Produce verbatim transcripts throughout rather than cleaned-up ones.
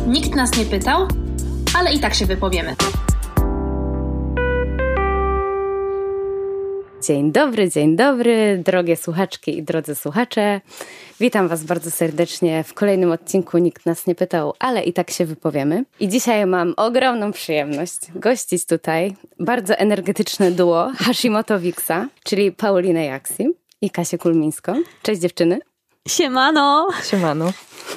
Nikt nas nie pytał, ale i tak się wypowiemy. Dzień dobry, dzień dobry, drogie słuchaczki i drodzy słuchacze. Witam Was bardzo serdecznie w kolejnym odcinku Nikt nas nie pytał, ale i tak się wypowiemy. I dzisiaj mam ogromną przyjemność gościć tutaj bardzo energetyczne duo Hashimoto-Wixa, czyli Paulinę Jaksim i Kasię Kulmińską. Cześć dziewczyny. Siemano! Siemano.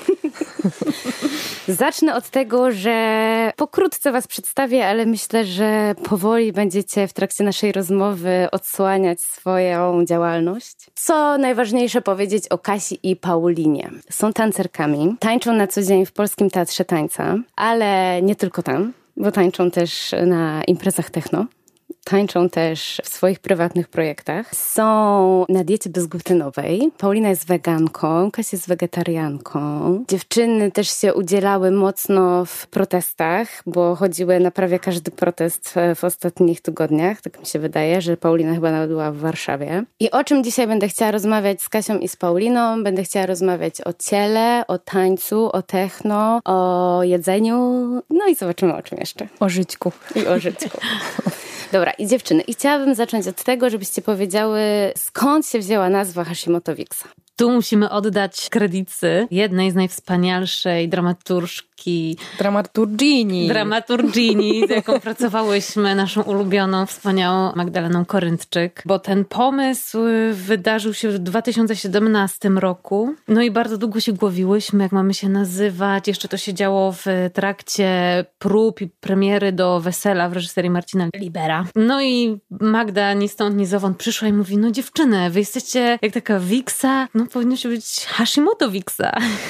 Zacznę od tego, że pokrótce Was przedstawię, ale myślę, że powoli będziecie w trakcie naszej rozmowy odsłaniać swoją działalność. Co najważniejsze powiedzieć o Kasi i Paulinie. Są tancerkami, tańczą na co dzień w Polskim Teatrze Tańca, ale nie tylko tam, bo tańczą też na imprezach techno. Tańczą też w swoich prywatnych projektach. Są na diecie bezglutenowej. Paulina jest weganką, Kasia jest wegetarianką. Dziewczyny też się udzielały mocno w protestach, bo chodziły na prawie każdy protest w ostatnich tygodniach. Tak mi się wydaje, że Paulina chyba nawet była w Warszawie. I o czym dzisiaj będę chciała rozmawiać z Kasią i z Pauliną? Będę chciała rozmawiać o ciele, o tańcu, o techno, o jedzeniu. No i zobaczymy o czym jeszcze. O żyćku. I o żyćku. Dobra, i dziewczyny, i chciałabym zacząć od tego, żebyście powiedziały, skąd się wzięła nazwa Hashimoto-Wixa. Tu musimy oddać kredyty jednej z najwspanialszej dramaturżki. Dramaturgini. Dramaturgini, z jaką pracowałyśmy, naszą ulubioną, wspaniałą Magdaleną Koryntczyk. Bo ten pomysł wydarzył się w dwa tysiące siedemnastym roku. No i bardzo długo się głowiłyśmy, jak mamy się nazywać. Jeszcze to się działo w trakcie prób i premiery do Wesela w reżyserii Marcina Libera. No i Magda ni stąd, ni zowąd przyszła i mówi, no dziewczyny, wy jesteście jak taka Wixa, no powinno się być Hashimoto-Wixa.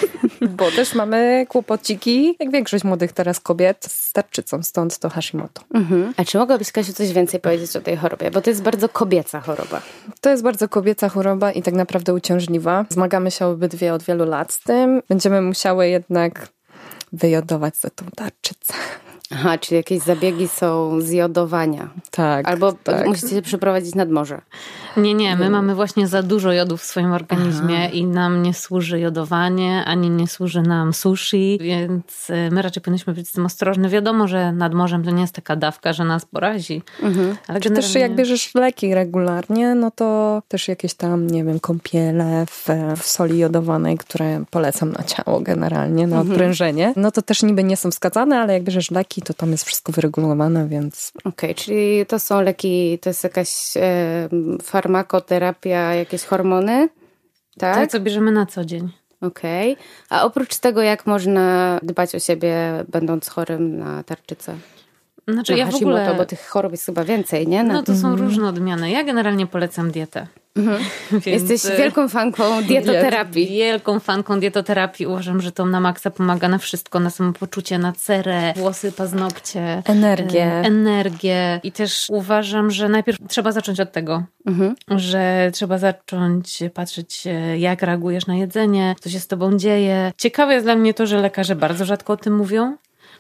Bo też mamy kłopociki, jak większość młodych teraz kobiet, z tarczycą, stąd to Hashimoto. Mhm. A czy mogłabyś, Kasiu, coś więcej powiedzieć o tej chorobie? Bo to jest bardzo kobieca choroba. To jest bardzo kobieca choroba i tak naprawdę uciążliwa. Zmagamy się obydwie od wielu lat z tym. Będziemy musiały jednak wyjodować za tą tarczycę. Aha, czyli jakieś zabiegi są z jodowania. Tak. Albo tak. musicie się przeprowadzić nad morze. Nie, nie, my mamy właśnie za dużo jodu w swoim organizmie. Aha. I nam nie służy jodowanie, ani nie służy nam sushi, więc my raczej powinniśmy być z tym ostrożni. Wiadomo, że nad morzem to nie jest taka dawka, że nas porazi. Mhm. Ale Czy generalnie... też jak bierzesz leki regularnie, no to też jakieś tam, nie wiem, kąpiele w, w soli jodowanej, które polecam na ciało generalnie, na odprężenie, no to też niby nie są wskazane, ale jak bierzesz leki, to tam jest wszystko wyregulowane, więc... Okej, okay, czyli to są leki, to jest jakaś e, farmakoterapia, jakieś hormony, tak? Tak, co bierzemy na co dzień. Okej. Okay. A oprócz tego, jak można dbać o siebie, będąc chorym na tarczycę? Znaczy na ja w ogóle... Bo tych chorób jest chyba więcej, nie? Na... No to są mm. różne odmiany. Ja generalnie polecam dietę. Mhm. Więc... Jesteś wielką fanką dietoterapii. Wielką fanką dietoterapii. Uważam, że to na maksa pomaga na wszystko. Na samopoczucie, na cerę, włosy, paznokcie. Energię. E, energię. I też uważam, że najpierw trzeba zacząć od tego, mhm. że trzeba zacząć patrzeć, jak reagujesz na jedzenie, co się z tobą dzieje. Ciekawe jest dla mnie to, że lekarze bardzo rzadko o tym mówią.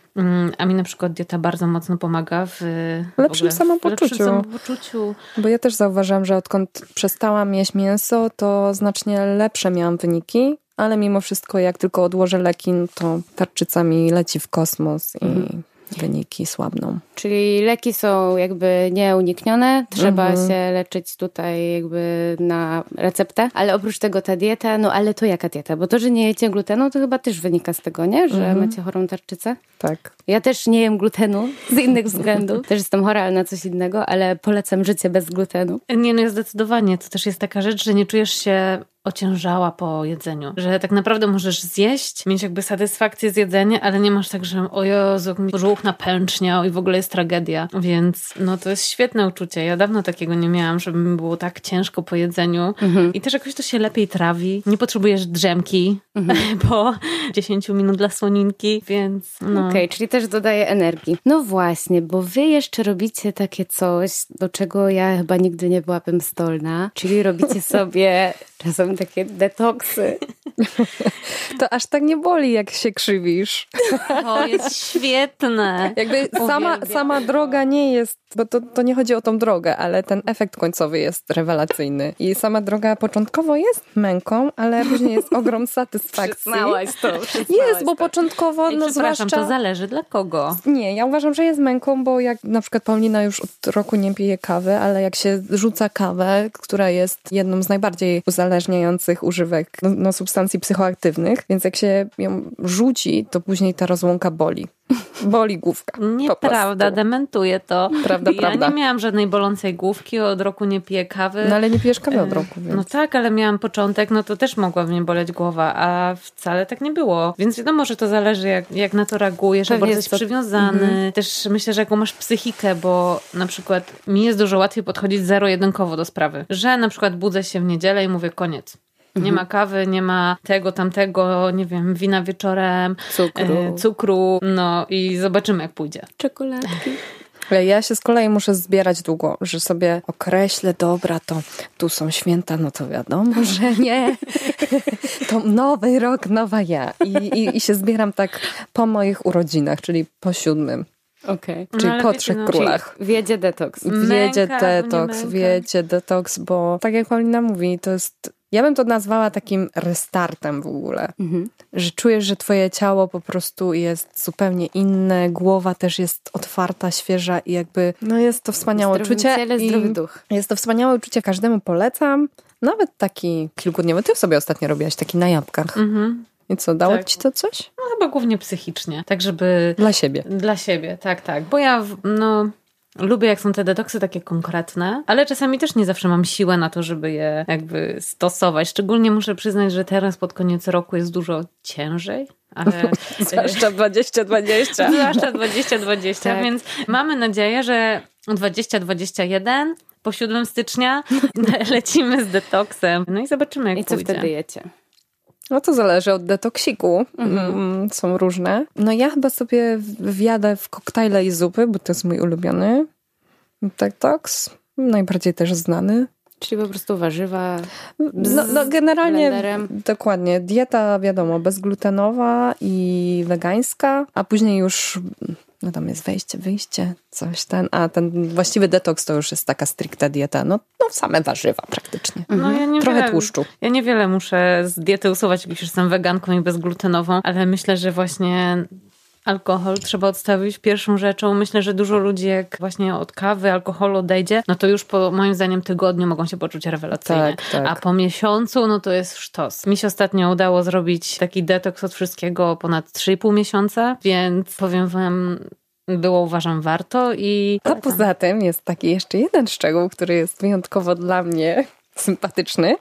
A mi na przykład dieta bardzo mocno pomaga w lepszym, w ogóle, samopoczuciu. w lepszym samopoczuciu. Bo ja też zauważam, że odkąd przestałam jeść mięso, to znacznie lepsze miałam wyniki, ale mimo wszystko jak tylko odłożę leki, to tarczyca mi leci w kosmos i mhm. wyniki słabną. Czyli leki są jakby nieuniknione, trzeba mhm. się leczyć tutaj jakby na receptę, ale oprócz tego ta dieta, no ale to jaka dieta? Bo to, że nie jecie glutenu, to chyba też wynika z tego, nie? Że mhm. macie chorą tarczycę? Tak. Ja też nie jem glutenu z innych względów. Też jestem chora, ale na coś innego, ale polecam życie bez glutenu. Nie, no zdecydowanie. To też jest taka rzecz, że nie czujesz się ociężała po jedzeniu. Że tak naprawdę możesz zjeść, mieć jakby satysfakcję z jedzenia, ale nie masz tak, że o Jezu, jak mi brzuch napęczniał i w ogóle jest tragedia. Więc no to jest świetne uczucie. Ja dawno takiego nie miałam, żeby mi było tak ciężko po jedzeniu. Mhm. I też jakoś to się lepiej trawi. Nie potrzebujesz drzemki mhm. po dziesięć minut dla słoninki, więc no. Okej, okay, czyli też dodaje energii. No właśnie, bo wy jeszcze robicie takie coś, do czego ja chyba nigdy nie byłabym zdolna, czyli robicie sobie czasem takie detoksy. To aż tak nie boli, jak się krzywisz. To jest świetne. Jakby sama, sama droga nie jest bo to, to nie chodzi o tą drogę, ale ten efekt końcowy jest rewelacyjny. I sama droga początkowo jest męką, ale później jest ogrom satysfakcji. Przyznałaś to. Jest, bo początkowo, I no przepraszam, zwłaszcza... to zależy dla kogo. Nie, ja uważam, że jest męką, bo jak na przykład Paulina już od roku nie pije kawy, ale jak się rzuca kawę, która jest jedną z najbardziej uzależniających używek no, no, substancji psychoaktywnych, więc jak się ją rzuci, to później ta rozłąka boli. Boli główka. Nieprawda, dementuję to. Prawda, ja prawda. nie miałam żadnej bolącej główki, od roku nie piję kawy. No ale nie pijesz kawy od roku, więc... No tak, ale miałam początek, no to też mogła mnie boleć głowa, a wcale tak nie było. Więc wiadomo, że to zależy, jak, jak na to reagujesz, albo jesteś to... przywiązany. Mhm. Też myślę, że jaką masz psychikę, bo na przykład mi jest dużo łatwiej podchodzić zero-jedynkowo do sprawy. Że na przykład budzę się w niedzielę i mówię koniec. Nie ma kawy, nie ma tego, tamtego, nie wiem, wina wieczorem, cukru, e, cukru no i zobaczymy, jak pójdzie. Czekoladki. Ja się z kolei muszę zbierać długo, że sobie określę, dobra, to tu są święta, no to wiadomo, że nie. To nowy rok, nowa ja. I, i, i się zbieram tak po moich urodzinach, czyli po siódmym. Okay. Czyli no, po wiecie, trzech no, królach. Wiedzie detoks. Wiedzie detoks, wiedzie detoks, bo tak jak Paulina mówi, to jest... Ja bym to nazwała takim restartem w ogóle. Mhm. Że czujesz, że twoje ciało po prostu jest zupełnie inne, głowa też jest otwarta, świeża i jakby, no jest to wspaniałe zdrowy uczucie. Ciele, zdrowy duch. Jest to wspaniałe uczucie, każdemu polecam. Nawet taki kilkudniowy. Ty sobie ostatnio robiłaś taki na jabłkach. Mhm. I co, dało tak. ci to coś? No chyba głównie psychicznie. Tak, żeby... Dla siebie. Dla siebie, tak, tak. Bo ja, no... Lubię, jak są te detoksy takie konkretne, ale czasami też nie zawsze mam siłę na to, żeby je jakby stosować. Szczególnie muszę przyznać, że teraz pod koniec roku jest dużo ciężej. Ale zwłaszcza dwadzieścia dwadzieścia. Zwłaszcza dwadzieścia dwadzieścia, tak. Więc mamy nadzieję, że dwadzieścia dwadzieścia jeden po siódmego stycznia lecimy z detoksem. No i zobaczymy, jak I co pójdzie. wtedy jecie? No to zależy od detoksiku. Mhm. Są różne. No ja chyba sobie wjadę w koktajle i zupy, bo to jest mój ulubiony detoks. Najbardziej też znany. Czyli po prostu warzywa No, no generalnie blenderem. Dokładnie. Dieta wiadomo, bezglutenowa i wegańska, a później już no tam jest wejście, wyjście, coś ten, a ten właściwy detoks to już jest taka stricte dieta. No, no same warzywa praktycznie. No, ja niewiele, Trochę tłuszczu. Ja niewiele muszę z diety usuwać, jak już jestem weganką i bezglutenową, ale myślę, że właśnie alkohol trzeba odstawić pierwszą rzeczą. Myślę, że dużo ludzi jak właśnie od kawy, alkoholu odejdzie, no to już po moim zdaniem tygodniu mogą się poczuć rewelacyjnie. Tak, tak. A po miesiącu, no to jest sztos. Mi się ostatnio udało zrobić taki detoks od wszystkiego ponad trzy i pół miesiąca, więc powiem wam, było uważam warto i... A poza tym jest taki jeszcze jeden szczegół, który jest wyjątkowo dla mnie sympatyczny,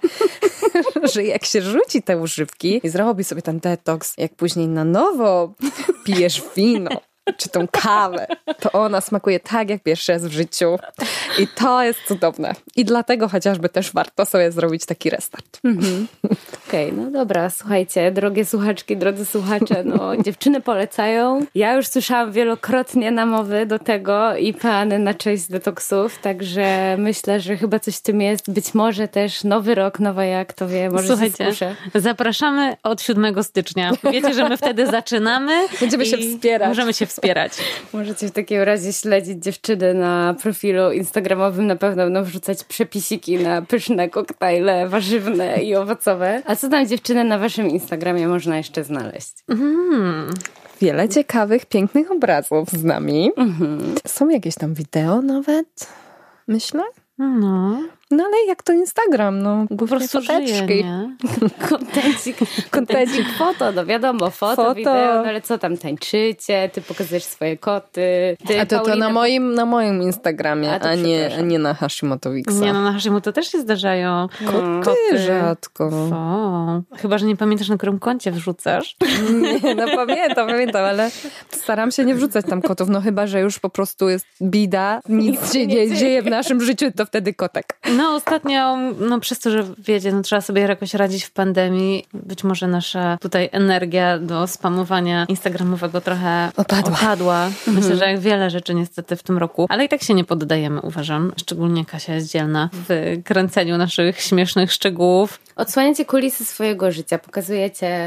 że jak się rzuci te używki i zrobi sobie ten detoks, jak później na nowo pijesz wino czy tą kawę, to ona smakuje tak, jak pierwszy raz w życiu. I to jest cudowne. I dlatego chociażby też warto sobie zrobić taki restart. Mhm. Okej, okay, no dobra, słuchajcie, drogie słuchaczki, drodzy słuchacze, no dziewczyny polecają. Ja już słyszałam wielokrotnie namowy do tego i peany na cześć detoksów, także myślę, że chyba coś w tym jest. Być może też nowy rok, nowa ja, kto wie, może Słuchajcie, się skuszę. Zapraszamy od siódmego stycznia. Wiecie, że my wtedy zaczynamy. Będziemy się wspierać. Możemy się wspierać. Możecie w takim razie śledzić dziewczyny na profilu instagramowym. Na pewno będą wrzucać przepisiki na pyszne koktajle warzywne i owocowe. A co tam dziewczyny na waszym Instagramie można jeszcze znaleźć? Mm. Wiele ciekawych, pięknych obrazów z nami. Mm-hmm. Są jakieś tam wideo nawet, myślę. No. No ale jak to Instagram, no. Po prostu żyje, nie? Kontencik, kontencik foto, no wiadomo, foto, foto, wideo, no ale co tam tańczycie, ty pokazujesz swoje koty. Ty, a to, Paulina, to na moim, na moim Instagramie, a, a, nie, a nie na Hashimotowixa. Nie, no na Hashimoto też się zdarzają koty. koty. Rzadko. O, chyba, że nie pamiętasz, na którym koncie wrzucasz. Nie, no pamiętam, pamiętam, ale staram się nie wrzucać tam kotów, no chyba, że już po prostu jest bida, nic się nie dzieje w naszym życiu, to wtedy kotek. No ostatnio, no przez to, że wiecie, no trzeba sobie jakoś radzić w pandemii, być może nasza tutaj energia do spamowania instagramowego trochę opadła. opadła. Myślę, że jak wiele rzeczy niestety w tym roku, ale i tak się nie poddajemy, uważam. Szczególnie Kasia jest dzielna w kręceniu naszych śmiesznych szczegółów. Odsłaniacie kulisy swojego życia, pokazujecie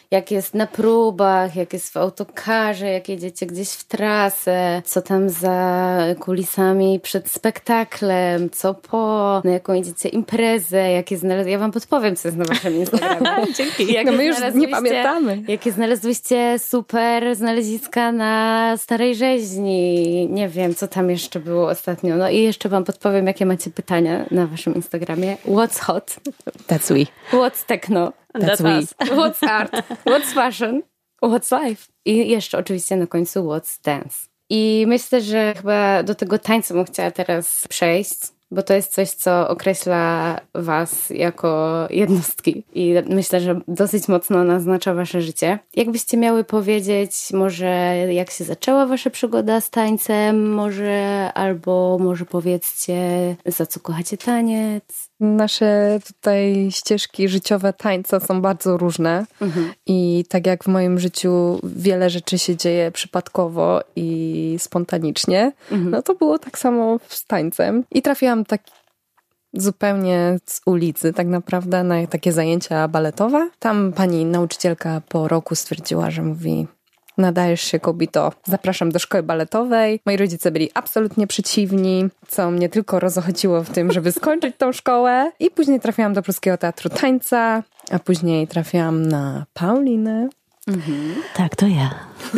jak jest na próbach, jak jest w autokarze, jak jedziecie gdzieś w trasę, co tam za kulisami przed spektaklem, co po, na jaką jedziecie imprezę, jakie znalazł... Ja wam podpowiem, co jest na waszym Instagramie. Dzięki. No my już nie pamiętamy. Jakie znalazłyście super znaleziska na Starej Rzeźni. Nie wiem, co tam jeszcze było ostatnio. No i jeszcze wam podpowiem, jakie macie pytania na waszym Instagramie. What's hot? That's we. What's techno? That's we. us. What's art? What's fashion? What's life? I jeszcze oczywiście na końcu what's dance. I myślę, że chyba do tego tańca bym chciała teraz przejść, bo to jest coś, co określa was jako jednostki i myślę, że dosyć mocno naznacza wasze życie. Jakbyście miały powiedzieć może, jak się zaczęła wasza przygoda z tańcem, może, albo może powiedzcie, za co kochacie taniec? Nasze tutaj ścieżki życiowe tańca są bardzo różne mhm. i tak jak w moim życiu wiele rzeczy się dzieje przypadkowo i spontanicznie, mhm. no to było tak samo z tańcem. I trafiłam tak zupełnie z ulicy tak naprawdę na takie zajęcia baletowe. Tam pani nauczycielka po roku stwierdziła, że mówi: nadajesz się, kobito, zapraszam do szkoły baletowej. Moi rodzice byli absolutnie przeciwni, co mnie tylko rozochociło w tym, żeby skończyć tą szkołę. I później trafiłam do Polskiego Teatru Tańca, a później trafiłam na Paulinę. Mhm. Tak, to ja.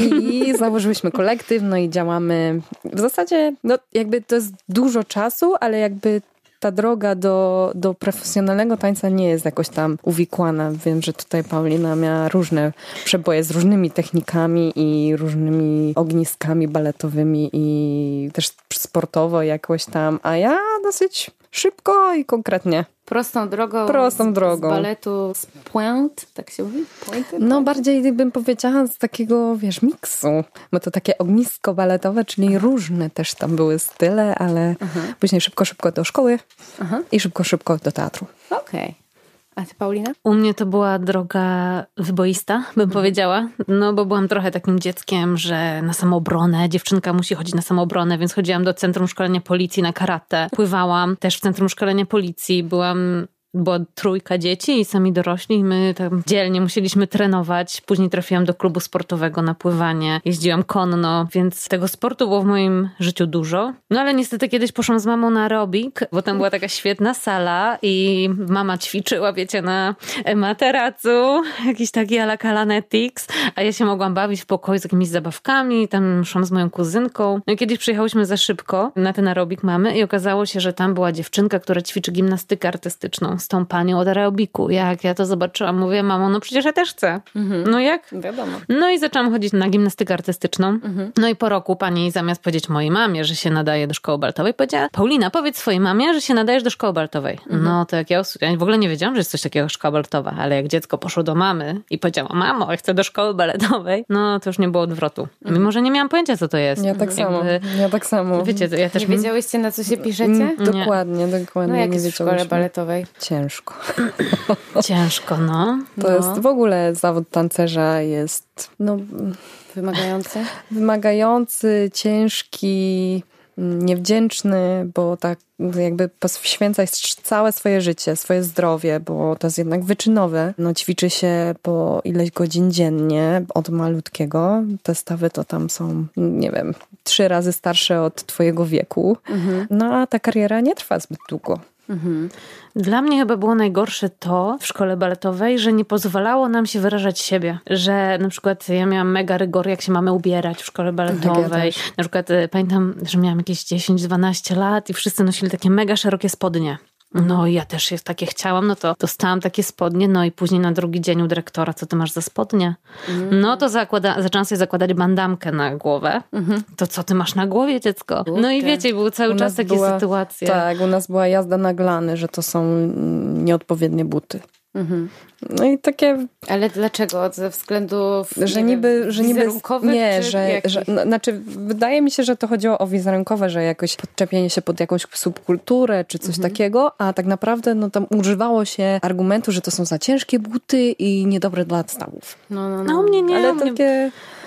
I założyłyśmy kolektyw, no i działamy. W zasadzie, no jakby to jest dużo czasu, ale jakby ta droga do, do profesjonalnego tańca nie jest jakoś tam uwikłana. Wiem, że tutaj Paulina miała różne przeboje z różnymi technikami i różnymi ogniskami baletowymi i też sportowo jakoś tam, a ja dosyć szybko i konkretnie. Prostą drogą. Prostą z, drogą. Z baletu z pointe, tak się mówi? Pointy? No bardziej bym powiedziała z takiego, wiesz, miksu. Bo to takie ognisko baletowe, czyli Aha. różne też tam były style, ale Aha. później szybko, szybko do szkoły Aha. i szybko, szybko do teatru. Okej. Okay. A ty, Paulina? U mnie to była droga wyboista, bym mhm. powiedziała. No bo byłam trochę takim dzieckiem, że na samoobronę, dziewczynka musi chodzić na samoobronę, więc chodziłam do Centrum Szkolenia Policji na karate. Pływałam też w Centrum Szkolenia Policji. Byłam... Była trójka dzieci i sami dorośli i my tam dzielnie musieliśmy trenować. Później trafiłam do klubu sportowego na pływanie. Jeździłam konno, więc tego sportu było w moim życiu dużo. No ale niestety kiedyś poszłam z mamą na aerobik, bo tam była taka świetna sala i mama ćwiczyła, wiecie, na materacu, jakiś taki a la Kalanetics, a ja się mogłam bawić w pokoju z jakimiś zabawkami. Tam szłam z moją kuzynką. No i kiedyś przyjechałyśmy za szybko na ten aerobik mamy i okazało się, że tam była dziewczynka, która ćwiczy gimnastykę artystyczną z tą panią od aerobiku. Jak ja to zobaczyłam, mówię: mamo, no przecież ja też chcę. Mhm. No jak? Wiadomo. No i zaczęłam chodzić na gimnastykę artystyczną. Mhm. No i po roku pani zamiast powiedzieć mojej mamie, że się nadaje do szkoły baletowej, powiedziała: Paulina, powiedz swojej mamie, że się nadajesz do szkoły baletowej. Mhm. No to jak ja, ja w ogóle nie wiedziałam, że jest coś takiego jak szkoła baletowa, ale jak dziecko poszło do mamy i powiedziało: mamo, ja chcę do szkoły baletowej, no to już nie było odwrotu. Mhm. Mimo, że nie miałam pojęcia, co to jest. Ja tak samo. Ja tak samo. Wiecie, ja też... Nie wiedziałyście, na co się piszecie? Mm, dokładnie, dokładnie. No jak nie jest w szkole baletowej? Ciężko. Ciężko, no. To no. jest w ogóle zawód tancerza jest no, wymagający, wymagający, ciężki, niewdzięczny, bo tak jakby poświęcać całe swoje życie, swoje zdrowie, bo to jest jednak wyczynowe. No ćwiczy się po ileś godzin dziennie od malutkiego. Te stawy to tam są, nie wiem, trzy razy starsze od twojego wieku. Mhm. No a ta kariera nie trwa zbyt długo. Mhm. Dla mnie chyba było najgorsze to w szkole baletowej, że nie pozwalało nam się wyrażać siebie. Że na przykład ja miałam mega rygor, jak się mamy ubierać w szkole baletowej. Ja na przykład pamiętam, że miałam jakieś dziesięć dwanaście lat i wszyscy nosili takie mega szerokie spodnie. No i ja też jest takie chciałam, no to dostałam takie spodnie, no i później na drugi dzień u dyrektora: co ty masz za spodnie? Mm. No to zakłada, zaczęłam sobie zakładać bandamkę na głowę. Mm-hmm. To co ty masz na głowie, dziecko? No i wiecie, były cały czas takie była, sytuacje. Tak, u nas była jazda na glany, że to są nieodpowiednie buty. Mhm. No i takie... Ale dlaczego? Ze względów że niby, że niby nie, że, że no, znaczy wydaje mi się, że to chodziło o wizerunkowe, że jakoś podczepienie się pod jakąś subkulturę czy coś mhm. takiego, a tak naprawdę no tam używało się argumentu, że to są za ciężkie buty i niedobre dla stawów. No, no, no. no u mnie nie. Ale mnie... takie...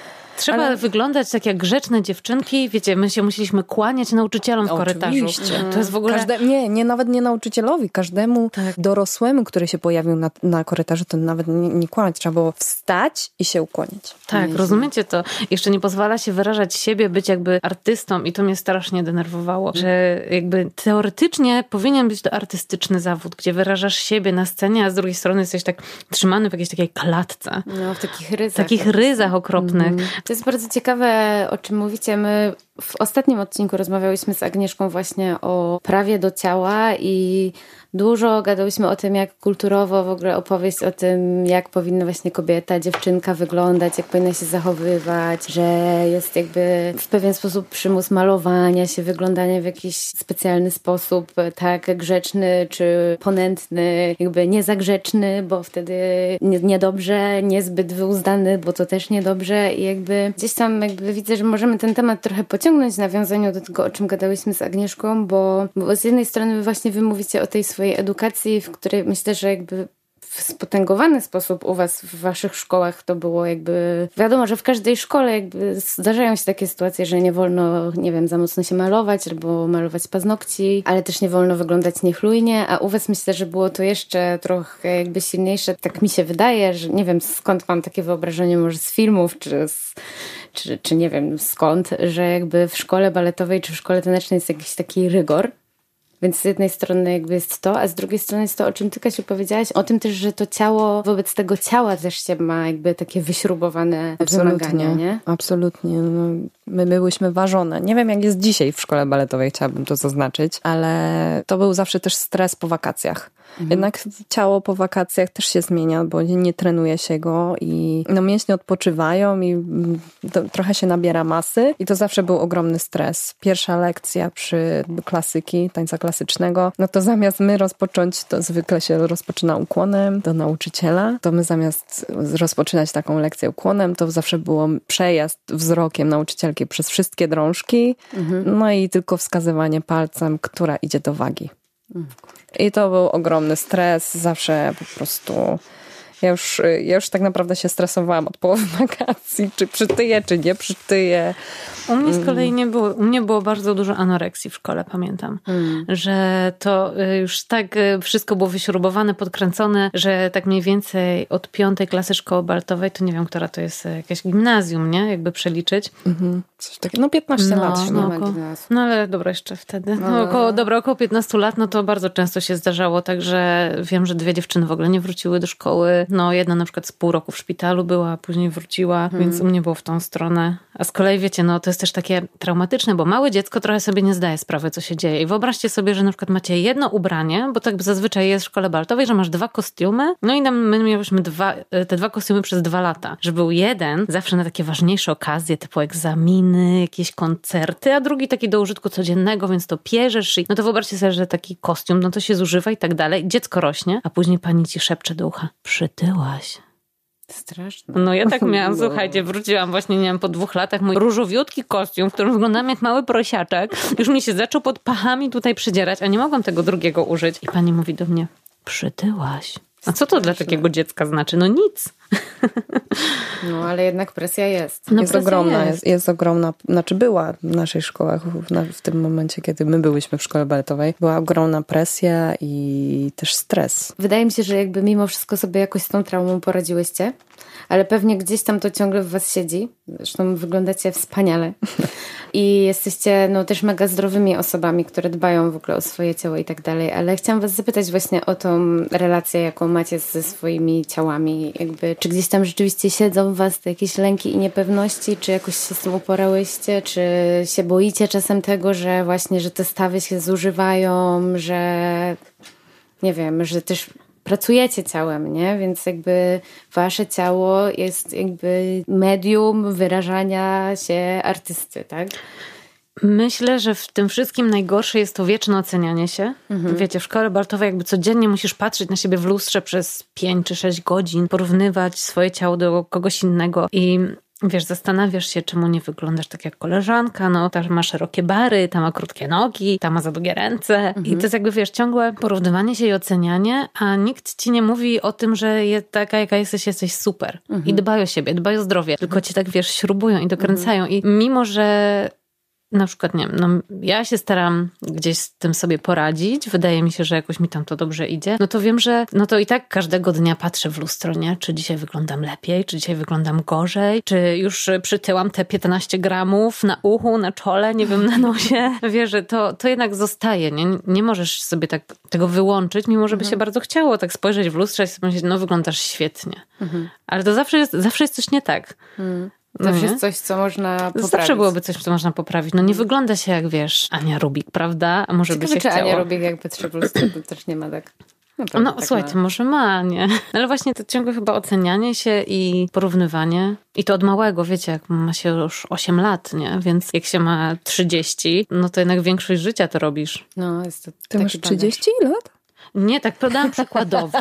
Trzeba Ale... wyglądać tak jak grzeczne dziewczynki. Wiecie, my się musieliśmy kłaniać nauczycielom w korytarzu. Oczywiście. To jest w ogóle... Każde... Nie, nie, nawet nie nauczycielowi. Każdemu tak. dorosłemu, który się pojawił na, na korytarzu, to nawet nie, nie kłaniać. Trzeba było wstać i się ukłonić. Tak, nie, rozumiecie to? Jeszcze nie pozwala się wyrażać siebie, być jakby artystą i to mnie strasznie denerwowało, że jakby teoretycznie powinien być to artystyczny zawód, gdzie wyrażasz siebie na scenie, a z drugiej strony jesteś tak trzymany w jakiejś takiej klatce. No, w takich ryzach. W takich ryzach okropnych. Mm. To jest bardzo ciekawe, o czym mówicie. My w ostatnim odcinku rozmawiałyśmy z Agnieszką właśnie o prawie do ciała i dużo gadałyśmy o tym, jak kulturowo w ogóle opowieść o tym, jak powinna właśnie kobieta, dziewczynka wyglądać, jak powinna się zachowywać, że jest jakby w pewien sposób przymus malowania się, wyglądania w jakiś specjalny sposób, tak grzeczny czy ponętny, jakby nie za grzeczny, bo wtedy niedobrze, niezbyt wyuzdany, bo to też niedobrze i jakby gdzieś tam jakby widzę, że możemy ten temat trochę pociągnąć w nawiązaniu do tego, o czym gadałyśmy z Agnieszką, bo, bo z jednej strony właśnie wy mówicie o tej swojej edukacji, w której myślę, że jakby w spotęgowany sposób u was w waszych szkołach to było jakby... Wiadomo, że w każdej szkole jakby zdarzają się takie sytuacje, że nie wolno, nie wiem, za mocno się malować albo malować paznokci, ale też nie wolno wyglądać niechlujnie, a u was myślę, że było to jeszcze trochę jakby silniejsze. Tak mi się wydaje, że nie wiem skąd mam takie wyobrażenie, może z filmów, czy z... Czy, czy nie wiem skąd, że jakby w szkole baletowej czy w szkole tanecznej jest jakiś taki rygor. Więc z jednej strony jakby jest to, a z drugiej strony jest to, o czym ty, Kasiu, powiedziałaś, o tym też, że to ciało, wobec tego ciała też się ma jakby takie wyśrubowane Absolutnie. wymagania, nie? Absolutnie. No, my byłyśmy ważone. Nie wiem, jak jest dzisiaj w szkole baletowej, chciałabym to zaznaczyć, ale to był zawsze też stres po wakacjach. Mhm. Jednak ciało po wakacjach też się zmienia, bo nie, nie trenuje się go i no, mięśnie odpoczywają i to, trochę się nabiera masy i to zawsze był ogromny stres. Pierwsza lekcja przy klasyki, tańca klasycznego, no to zamiast my rozpocząć, to zwykle się rozpoczyna ukłonem do nauczyciela, to my zamiast rozpoczynać taką lekcję ukłonem, to zawsze było przejazd wzrokiem nauczycielki przez wszystkie drążki, mhm. no i tylko wskazywanie palcem, która idzie do wagi. Mhm. I to był ogromny stres, zawsze po prostu... Ja już, ja już tak naprawdę się stresowałam od połowy wakacji, czy przytyję, czy nie przytyję. U mnie z kolei nie było, u mnie było bardzo dużo anoreksji w szkole, pamiętam. Mm. Że to już tak wszystko było wyśrubowane, podkręcone, że tak mniej więcej od piątej klasy szkoły baletowej, to nie wiem, która to jest jakieś gimnazjum, nie? Jakby przeliczyć. Mm-hmm. Coś takiego, no piętnaście no, lat. No, około, no ale dobra, jeszcze wtedy. No, no, około, dobra, około piętnastu lat, no to bardzo często się zdarzało, także wiem, że dwie dziewczyny w ogóle nie wróciły do szkoły. No jedna na przykład z pół roku w szpitalu była, a później wróciła, hmm. więc u mnie było w tą stronę. A z kolei wiecie, no to jest też takie traumatyczne, bo małe dziecko trochę sobie nie zdaje sprawy, co się dzieje. I wyobraźcie sobie, że na przykład macie jedno ubranie, bo tak zazwyczaj jest w szkole baletowej, że masz dwa kostiumy, no i my mieliśmy dwa, te dwa kostiumy przez dwa lata. Że był jeden zawsze na takie ważniejsze okazje, typu egzaminy, jakieś koncerty, a drugi taki do użytku codziennego, więc to pierzesz i no to wyobraźcie sobie, że taki kostium, no to się zużywa i tak dalej. Dziecko rośnie, a później pani ci szepcze do ucha, przytyłaś. Straszne. No ja tak miałam, no. Słuchajcie, wróciłam właśnie, nie wiem, po dwóch latach, mój różowiutki kostium, w którym wyglądam jak mały prosiaczek, już mi się zaczął pod pachami tutaj przydzierać, a nie mogłam tego drugiego użyć. I pani mówi do mnie, przytyłaś. A co to dla takiego dziecka znaczy? No nic. No, ale jednak presja jest. No, jest presja ogromna, jest. Jest, jest ogromna, znaczy była w naszych szkołach, w, na, w tym momencie, kiedy my byłyśmy w szkole baletowej, była ogromna presja i też stres. Wydaje mi się, że jakby mimo wszystko sobie jakoś z tą traumą poradziłyście, ale pewnie gdzieś tam to ciągle w was siedzi. Zresztą wyglądacie wspaniale. I jesteście no, też mega zdrowymi osobami, które dbają w ogóle o swoje ciało i tak dalej. Ale chciałam was zapytać właśnie o tą relację, jaką macie ze swoimi ciałami. Jakby, czy gdzieś tam rzeczywiście siedzą w was te jakieś lęki i niepewności? Czy jakoś się z tym uporałyście? Czy się boicie czasem tego, że właśnie, że te stawy się zużywają, że nie wiem, że też pracujecie ciałem, nie? Więc jakby wasze ciało jest jakby medium wyrażania się artysty, tak? Myślę, że w tym wszystkim najgorsze jest to wieczne ocenianie się. Mhm. Wiecie, w szkole baletowej jakby codziennie musisz patrzeć na siebie w lustrze przez pięć czy sześć godzin, porównywać swoje ciało do kogoś innego i wiesz, zastanawiasz się, czemu nie wyglądasz tak jak koleżanka, no ta ma szerokie bary, ta ma krótkie nogi, ta ma za długie ręce mhm. i to jest jakby, wiesz, ciągłe porównywanie się i ocenianie, a nikt ci nie mówi o tym, że jest taka, jaka jesteś, jesteś super mhm. i dbaj o siebie, dbaj o zdrowie, tylko ci tak, wiesz, śrubują i dokręcają mhm. i mimo, że na przykład, nie wiem, no ja się staram gdzieś z tym sobie poradzić, wydaje mi się, że jakoś mi tam to dobrze idzie, no to wiem, że no to i tak każdego dnia patrzę w lustro, nie? Czy dzisiaj wyglądam lepiej, czy dzisiaj wyglądam gorzej, czy już przytyłam te piętnaście gramów na uchu, na czole, nie wiem, na nosie. Wiesz, że to, to jednak zostaje, nie? Nie możesz sobie tak tego wyłączyć, mimo że by się bardzo chciało tak spojrzeć w lustrze i sobie myśleć, no wyglądasz świetnie. Mhm. Ale to zawsze jest, zawsze jest coś nie tak. Mhm. Zawsze no jest coś, co można poprawić. Zawsze byłoby coś, co można poprawić. No nie wygląda się jak, wiesz, Ania Rubik, prawda? A może Ciekawe, by się czy chciało. Ania Rubik jak patrzę po lustrze, to też nie ma tak... Naprawdę no tak słuchajcie, ma. Może ma, nie? Ale właśnie to ciągłe chyba ocenianie się i porównywanie. I to od małego, wiecie, jak ma się już osiem lat, nie? Więc jak się ma trzydzieści, no to jednak większość życia to robisz. No, jest to Ty masz trzydzieści lat? Nie, tak podałam przykładowo.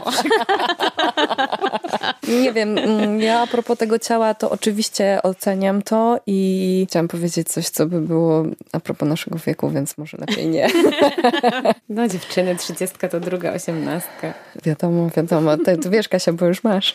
Nie wiem, ja a propos tego ciała, to oczywiście oceniam to i chciałam powiedzieć coś, co by było a propos naszego wieku, więc może lepiej nie. No dziewczyny, trzydziestka to druga osiemnastka. Wiadomo, wiadomo. Ty, ty wiesz, Kasia, bo już masz.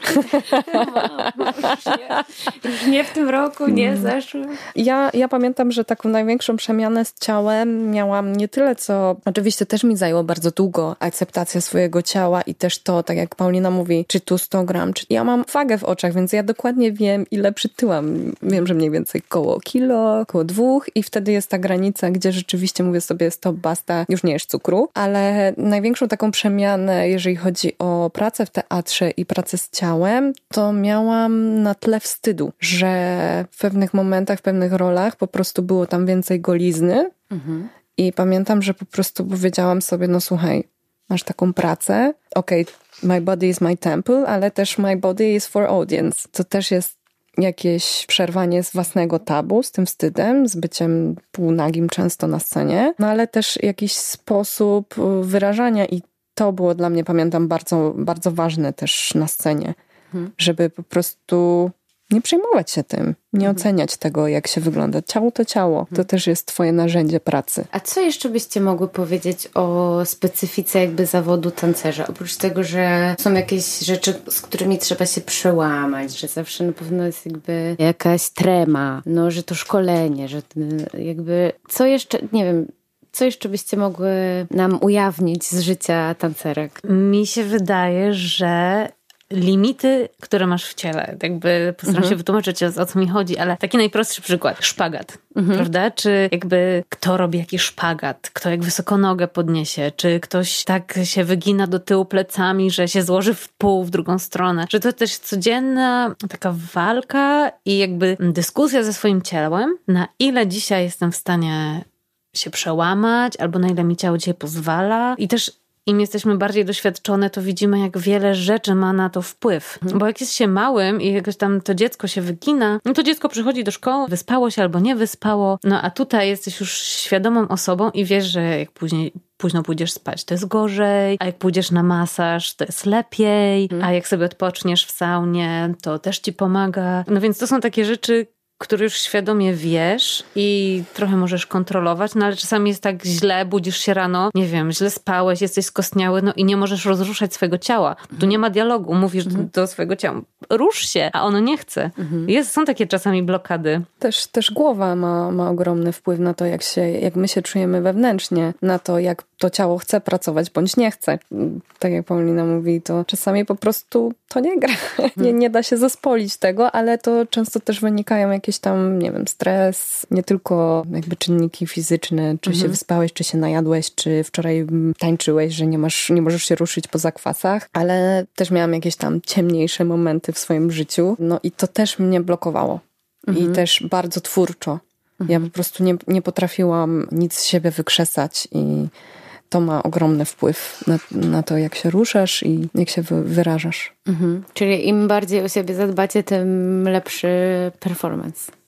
Mam, już, nie, już nie w tym roku, nie zeszłym. Ja, ja pamiętam, że taką największą przemianę z ciałem miałam nie tyle, co oczywiście też mi zajęło bardzo długo akceptacja swojego ciała i też to, tak jak Paulina mówi, czy tu sto gram, czy ja mam wagę w oczach, więc ja dokładnie wiem, ile przytyłam. Wiem, że mniej więcej koło kilo, koło dwóch i wtedy jest ta granica, gdzie rzeczywiście mówię sobie stop, basta, już nie jesz cukru, ale największą taką przemianę, jeżeli chodzi o pracę w teatrze i pracę z ciałem, to miałam na tle wstydu, że w pewnych momentach, w pewnych rolach po prostu było tam więcej golizny mhm. i pamiętam, że po prostu powiedziałam sobie, no słuchaj, masz taką pracę, okej, okay, my body is my temple, ale też my body is for audience. To też jest jakieś przerwanie z własnego tabu, z tym wstydem, z byciem półnagim często na scenie, no ale też jakiś sposób wyrażania i to było dla mnie, pamiętam, bardzo, bardzo ważne też na scenie, hmm. żeby po prostu nie przejmować się tym, nie mhm. oceniać tego, jak się wygląda. Ciało to ciało. Mhm. To też jest twoje narzędzie pracy. A co jeszcze byście mogły powiedzieć o specyfice jakby zawodu tancerza? Oprócz tego, że są jakieś rzeczy, z którymi trzeba się przełamać, że zawsze na pewno jest jakby jakaś trema, no, że to szkolenie, że jakby co jeszcze, nie wiem, co jeszcze byście mogły nam ujawnić z życia tancerek? Mi się wydaje, że limity, które masz w ciele. Jakby postaram mhm. się wytłumaczyć, o, o co mi chodzi, ale taki najprostszy przykład. Szpagat, mhm. prawda? Czy jakby kto robi jakiś szpagat, kto jak wysoko nogę podniesie, czy ktoś tak się wygina do tyłu plecami, że się złoży w pół w drugą stronę. Że to też codzienna taka walka i jakby dyskusja ze swoim ciałem, na ile dzisiaj jestem w stanie się przełamać, albo na ile mi ciało dzisiaj pozwala. I też im jesteśmy bardziej doświadczone, to widzimy, jak wiele rzeczy ma na to wpływ. Mhm. Bo jak jest się małym i jakoś tam to dziecko się wygina, no to dziecko przychodzi do szkoły, wyspało się albo nie wyspało, no a tutaj jesteś już świadomą osobą i wiesz, że jak później późno pójdziesz spać, to jest gorzej, a jak pójdziesz na masaż, to jest lepiej, mhm. a jak sobie odpoczniesz w saunie, to też ci pomaga. No więc to są takie rzeczy, który już świadomie wiesz i trochę możesz kontrolować, no ale czasami jest tak źle, budzisz się rano, nie wiem, źle spałeś, jesteś skostniały, no i nie możesz rozruszać swojego ciała. Tu nie ma dialogu, mówisz mhm. do swojego ciała, rusz się, a ono nie chce. Mhm. Jest, są takie czasami blokady. Też, też głowa ma, ma ogromny wpływ na to, jak się, jak my się czujemy wewnętrznie, na to, jak to ciało chce pracować, bądź nie chce. Tak jak Paulina mówi, to czasami po prostu to nie gra. Mhm. Nie, nie da się zespolić tego, ale to często też wynikają jakieś tam, nie wiem, stres, nie tylko jakby czynniki fizyczne, czy mhm. się wyspałeś, czy się najadłeś, czy wczoraj tańczyłeś, że nie masz, nie możesz się ruszyć po zakwasach, ale też miałam jakieś tam ciemniejsze momenty w swoim życiu, no i to też mnie blokowało. Mhm. I też bardzo twórczo. Mhm. Ja po prostu nie, nie potrafiłam nic z siebie wykrzesać i to ma ogromny wpływ na, na to, jak się ruszasz i jak się wy, wyrażasz. Mhm. Czyli im bardziej o siebie zadbacie, tym lepszy performance.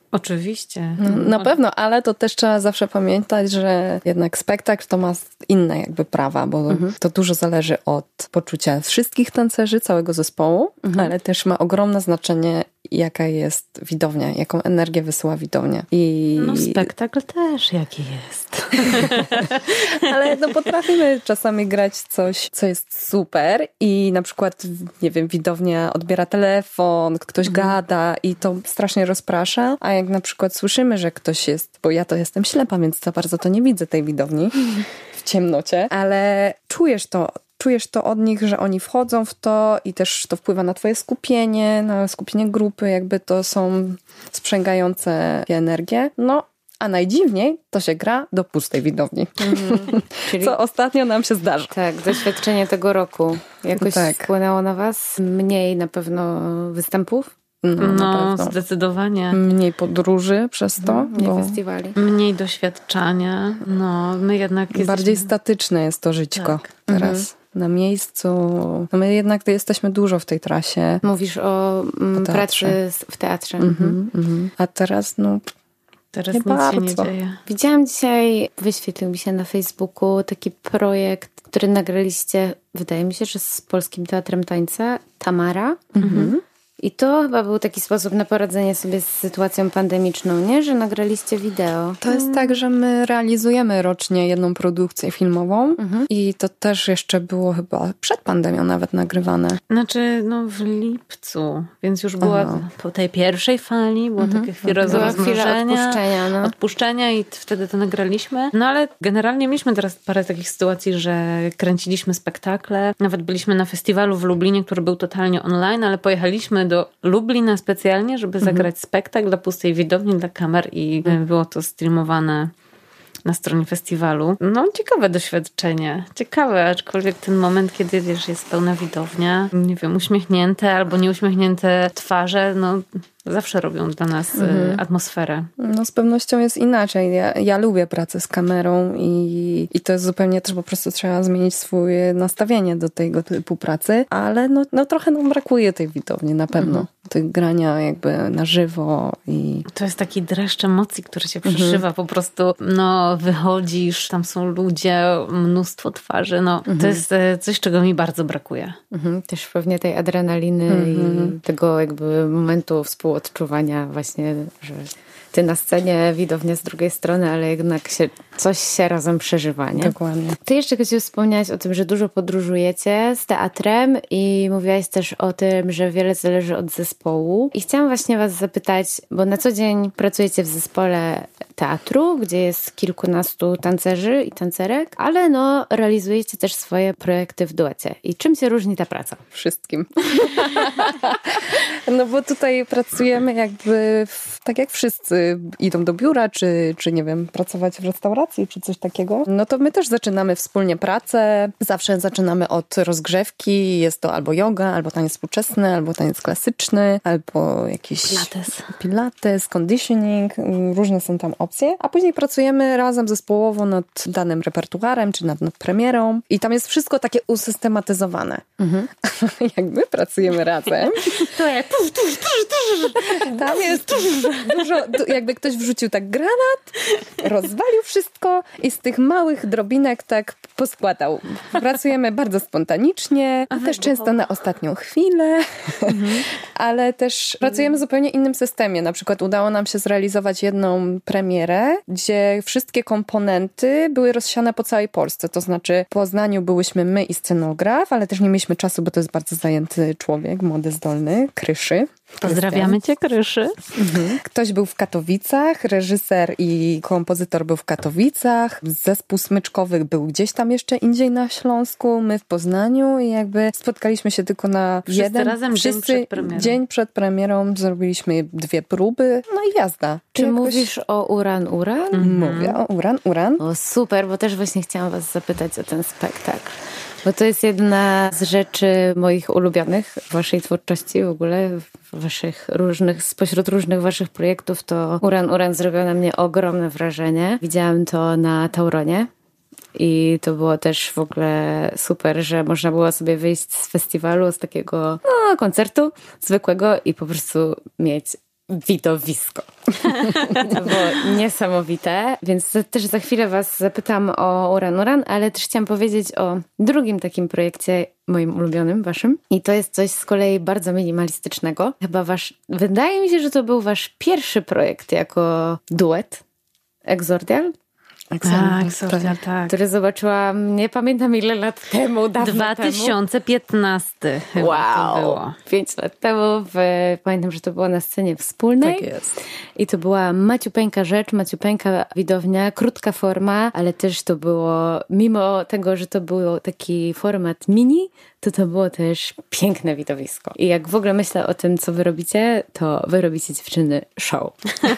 Oczywiście. No, na pewno, ale to też trzeba zawsze pamiętać, że jednak spektakl to ma inne jakby prawa, bo mhm. to dużo zależy od poczucia wszystkich tancerzy, całego zespołu, mhm. ale też ma ogromne znaczenie, jaka jest widownia, jaką energię wysyła widownia. I... No spektakl też jaki jest. Ale no potrafimy czasami grać coś, co jest super i na przykład, nie wiem, widownia odbiera telefon, ktoś mhm. gada i to strasznie rozprasza, a jak na przykład słyszymy, że ktoś jest, bo ja to jestem ślepa, więc za bardzo to nie widzę tej widowni w ciemnocie, ale czujesz to, czujesz to od nich, że oni wchodzą w to i też to wpływa na twoje skupienie, na skupienie grupy, jakby to są sprzęgające energie. No, a najdziwniej to się gra do pustej widowni. Mm, czyli... Co ostatnio nam się zdarza. Tak, doświadczenie tego roku jakoś tak. wpłynęło na was? Mniej na pewno występów? No, no zdecydowanie. Mniej podróży przez to. Hmm, mniej festiwali. Mniej doświadczania. No, my jednak jesteśmy... Bardziej statyczne jest to żyćko tak. teraz. Mhm. Na miejscu. No my jednak jesteśmy dużo w tej trasie. Mówisz o mm, pracy w teatrze. Mhm. Mhm. A teraz no... Teraz nie nic bardzo. się nie dzieje. Widziałam dzisiaj, wyświetlił mi się na Facebooku taki projekt, który nagraliście, wydaje mi się, że z Polskim Teatrem Tańca, Tamara. Mhm. I to chyba był taki sposób na poradzenie sobie z sytuacją pandemiczną, nie? Że nagraliście wideo. To jest tak, że my realizujemy rocznie jedną produkcję filmową mhm. i to też jeszcze było chyba przed pandemią nawet nagrywane. Znaczy, no w lipcu, więc już była Aha. po tej pierwszej fali, było mhm. takie chwile rozmrożenia, odpuszczenia, no. odpuszczenia i wtedy to nagraliśmy. No ale generalnie mieliśmy teraz parę takich sytuacji, że kręciliśmy spektakle. Nawet byliśmy na festiwalu w Lublinie, który był totalnie online, ale pojechaliśmy do Lublina specjalnie, żeby mhm. zagrać spektakl dla pustej widowni, dla kamer i było to streamowane na stronie festiwalu. No, ciekawe doświadczenie. Ciekawe, aczkolwiek ten moment, kiedy wiesz, jest pełna widownia, nie wiem, uśmiechnięte albo nieuśmiechnięte twarze, no zawsze robią dla nas mhm. atmosferę. No z pewnością jest inaczej. Ja, ja lubię pracę z kamerą i, i to jest zupełnie też po prostu trzeba zmienić swoje nastawienie do tego typu pracy, ale no, no trochę nam brakuje tej widowni na pewno. Mhm. Tych grania jakby na żywo i... To jest taki dreszcz emocji, który się przeszywa. Mhm. Po prostu no wychodzisz, tam są ludzie, mnóstwo twarzy. No mhm. to jest coś, czego mi bardzo brakuje. Mhm. Też pewnie tej adrenaliny mhm. i tego jakby momentu współodczuwania właśnie, że ty na scenie, widownia z drugiej strony, ale jednak się, coś się razem przeżywa, nie? Dokładnie. Ty jeszcze, Kasiu, wspomniałaś o tym, że dużo podróżujecie z teatrem i mówiłaś też o tym, że wiele zależy od zespołu. I chciałam właśnie was zapytać, bo na co dzień pracujecie w zespole teatru, gdzie jest kilkunastu tancerzy i tancerek, ale no realizujecie też swoje projekty w duecie. I czym się różni ta praca? Wszystkim. No bo tutaj pracujemy jakby w, tak jak wszyscy idą do biura, czy, czy nie wiem, pracować w restauracji, czy coś takiego. No to my też zaczynamy wspólnie pracę. Zawsze zaczynamy od rozgrzewki. Jest to albo yoga, albo taniec współczesny, albo taniec klasyczny, albo jakiś pilates, pilates conditioning. Różne są tam opcje. A później pracujemy razem zespołowo nad danym repertuarem, czy nad, nad premierą. I tam jest wszystko takie usystematyzowane. Mhm. Jakby pracujemy razem. To jest tam jest dużo, jakby ktoś wrzucił tak granat, rozwalił wszystko i z tych małych drobinek tak poskładał. Pracujemy bardzo spontanicznie, Aha, też często na ostatnią chwilę, mhm. ale też pracujemy w zupełnie innym systemie. Na przykład udało nam się zrealizować jedną premierę, gdzie wszystkie komponenty były rozsiane po całej Polsce. To znaczy w Poznaniu byłyśmy my i scenograf, ale też nie mieliśmy czasu, bo to jest bardzo zajęty człowiek, młody, zdolny, Kryszy. Pozdrawiamy cię, Kryszy. Mhm. Ktoś był w Katowicach, reżyser i kompozytor był w Katowicach, zespół smyczkowych był gdzieś tam jeszcze indziej na Śląsku, my w Poznaniu i jakby spotkaliśmy się tylko na Wszyscy jeden. razem Wszyscy dzień przed premierą. Dzień przed premierą zrobiliśmy dwie próby, no i jazda. Czy jakoś... mówisz o Uran Uran? Mhm. Mówię o Uran Uran. O super, bo też właśnie chciałam was zapytać o ten spektakl. Bo to jest jedna z rzeczy moich ulubionych w waszej twórczości w ogóle, w waszych różnych, spośród różnych waszych projektów, to Uran Uran zrobił na mnie ogromne wrażenie. Widziałam to na Tauronie i to było też w ogóle super, że można było sobie wyjść z festiwalu, z takiego no, koncertu zwykłego i po prostu mieć widowisko. To było niesamowite, więc też za chwilę was zapytam o Uran Uran, ale też chciałam powiedzieć o drugim takim projekcie, moim ulubionym, waszym. I to jest coś z kolei bardzo minimalistycznego. Chyba wasz, wydaje mi się, że to był wasz pierwszy projekt jako duet, Exordial. Tak, Exordial, tak. Który zobaczyłam, nie pamiętam ile lat temu, dawno dwa tysiące piętnasty temu. chyba wow. to było. Pięć lat temu. W, pamiętam, że to było na scenie wspólnej. Tak jest. I to była maciupeńka rzecz, maciupeńka widownia, krótka forma, ale też to było, mimo tego, że to był taki format mini, to to było też piękne widowisko. I jak w ogóle myślę o tym, co wy robicie, to wy robicie, dziewczyny, show.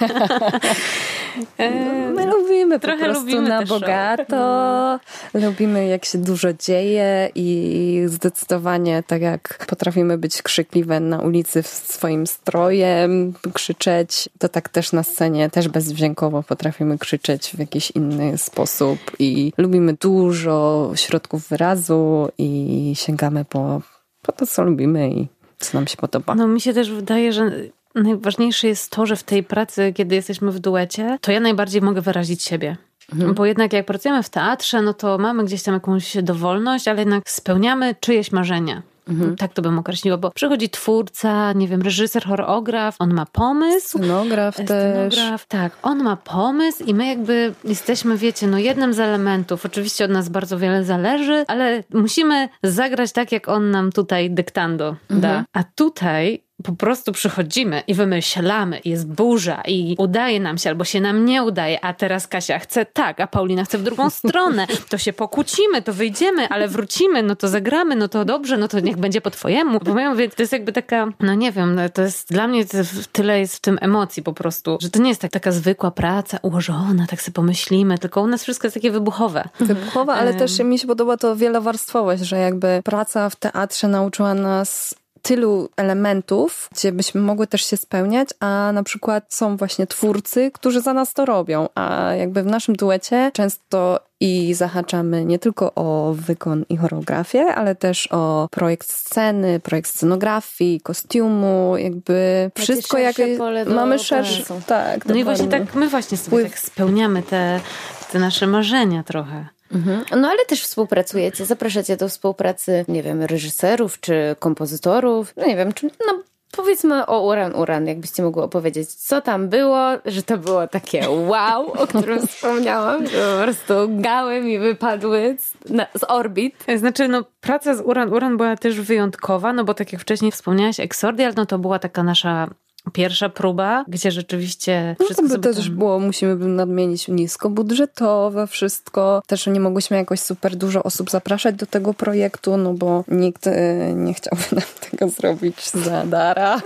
My lubimy Trochę po prostu lubimy na te show. bogato. Lubimy, jak się dużo dzieje i zdecydowanie tak jak potrafimy być krzykliwe na ulicy swoim strojem, krzyczeć, to tak też na scenie, też bezdźwiękowo potrafimy krzyczeć w jakiś inny sposób i lubimy dużo środków wyrazu i sięgamy po, po to, co lubimy i co nam się podoba. No mi się też wydaje, że najważniejsze jest to, że w tej pracy, kiedy jesteśmy w duecie, to ja najbardziej mogę wyrazić siebie. Mhm. Bo jednak jak pracujemy w teatrze, no to mamy gdzieś tam jakąś dowolność, ale jednak spełniamy czyjeś marzenia. Mhm. Tak to bym określiła, bo przychodzi twórca, nie wiem, reżyser, choreograf, on ma pomysł. Scenograf też. Scenograf, tak, on ma pomysł i my jakby jesteśmy, wiecie, no jednym z elementów. Oczywiście od nas bardzo wiele zależy, ale musimy zagrać tak, jak on nam tutaj dyktando da. Mhm. A tutaj po prostu przychodzimy i wymyślamy, jest burza i udaje nam się, albo się nam nie udaje, a teraz Kasia chce tak, a Paulina chce w drugą stronę, to się pokłócimy, to wyjdziemy, ale wrócimy, no to zagramy, no to dobrze, no to niech będzie po twojemu. Bo ja mówię, to jest jakby taka, no nie wiem, to jest dla mnie to tyle jest w tym emocji po prostu, że to nie jest tak, taka zwykła praca ułożona, tak sobie pomyślimy, tylko u nas wszystko jest takie wybuchowe. Wybuchowe, ale um. też mi się podoba to wielowarstwowość, że jakby praca w teatrze nauczyła nas tylu elementów, gdzie byśmy mogły też się spełniać, a na przykład są właśnie twórcy, którzy za nas to robią, a jakby w naszym duecie często i zahaczamy nie tylko o wykon i choreografię, ale też o projekt sceny, projekt scenografii, kostiumu, jakby Macie wszystko jak mamy szersze. Tak, no dokładnie. I właśnie tak, my właśnie sobie tak spełniamy te, te nasze marzenia trochę. Mhm. No ale też współpracujecie, zapraszacie do współpracy, nie wiem, reżyserów czy kompozytorów, no nie wiem, czy no powiedzmy o Uran Uran, jakbyście mogły opowiedzieć, co tam było, że to było takie wow, o którym wspomniałam, że po prostu gały mi wypadły z, na, z orbit. Znaczy, no praca z Uran Uran była też wyjątkowa, no bo tak jak wcześniej wspomniałaś, Exordial, no to była taka nasza pierwsza próba, gdzie rzeczywiście wszystko no to by sobie też tam... było, musimy nadmienić, niskobudżetowe wszystko. Też nie mogłyśmy jakoś super dużo osób zapraszać do tego projektu, no bo nikt y, nie chciałby nam tego zrobić za dara.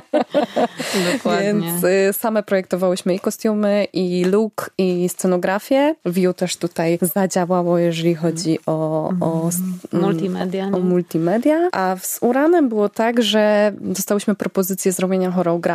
Dokładnie. Więc y, same projektowałyśmy i kostiumy, i look, i scenografię. View też tutaj zadziałało, jeżeli chodzi o, o multimedia. O multimedia. A z Uranem było tak, że dostałyśmy propozycję zrobienia choreografii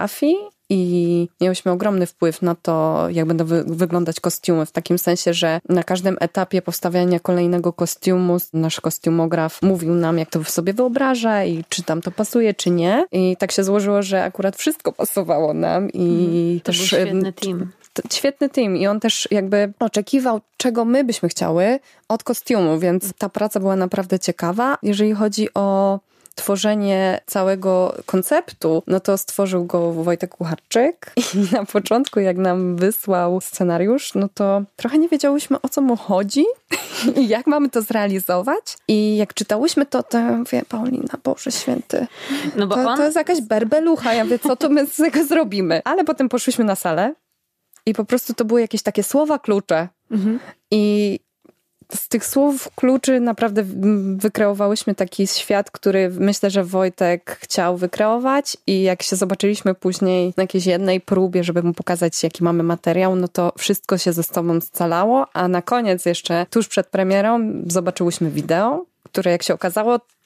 i miałyśmy ogromny wpływ na to, jak będą wy- wyglądać kostiumy. W takim sensie, że na każdym etapie powstawiania kolejnego kostiumu nasz kostiumograf mówił nam, jak to sobie wyobraża i czy tam to pasuje, czy nie. I tak się złożyło, że akurat wszystko pasowało nam. I to też był świetny team. Świetny team i on też jakby oczekiwał, czego my byśmy chciały od kostiumu, więc ta praca była naprawdę ciekawa. Jeżeli chodzi o tworzenie całego konceptu, no to stworzył go Wojtek Kucharczyk i na początku, jak nam wysłał scenariusz, no to trochę nie wiedziałyśmy, o co mu chodzi i jak mamy to zrealizować. I jak czytałyśmy to, to ja mówię, Paulina, Boże Święty, no bo to, on... to jest jakaś berbelucha. Ja mówię, co to my z tego zrobimy? Ale potem poszłyśmy na salę i po prostu to były jakieś takie słowa klucze. Mhm. I z tych słów kluczy naprawdę wykreowałyśmy taki świat, który myślę, że Wojtek chciał wykreować i jak się zobaczyliśmy później na jakiejś jednej próbie, żeby mu pokazać, jaki mamy materiał, no to wszystko się ze sobą scalało, a na koniec jeszcze, tuż przed premierą, zobaczyłyśmy wideo, które jak się okazało,